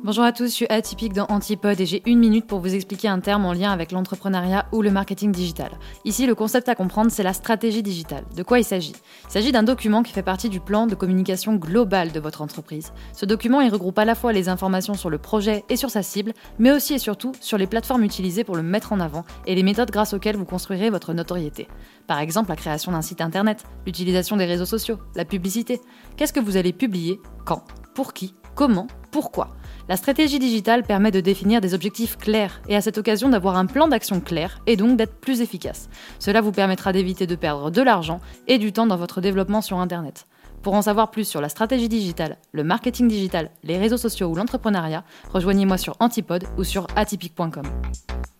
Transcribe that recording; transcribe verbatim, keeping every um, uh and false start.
Bonjour à tous, je suis Atypique dans Antipode et j'ai une minute pour vous expliquer un terme en lien avec l'entrepreneuriat ou le marketing digital. Ici, le concept à comprendre, c'est la stratégie digitale. De quoi il s'agit ? Il s'agit d'un document qui fait partie du plan de communication global de votre entreprise. Ce document, il regroupe à la fois les informations sur le projet et sur sa cible, mais aussi et surtout sur les plateformes utilisées pour le mettre en avant et les méthodes grâce auxquelles vous construirez votre notoriété. Par exemple, la création d'un site internet, l'utilisation des réseaux sociaux, la publicité. Qu'est-ce que vous allez publier ? Quand ? Pour qui ? Comment ? Pourquoi ? La stratégie digitale permet de définir des objectifs clairs et à cette occasion d'avoir un plan d'action clair et donc d'être plus efficace. Cela vous permettra d'éviter de perdre de l'argent et du temps dans votre développement sur Internet. Pour en savoir plus sur la stratégie digitale, le marketing digital, les réseaux sociaux ou l'entrepreneuriat, rejoignez-moi sur Antipode ou sur atypique point com.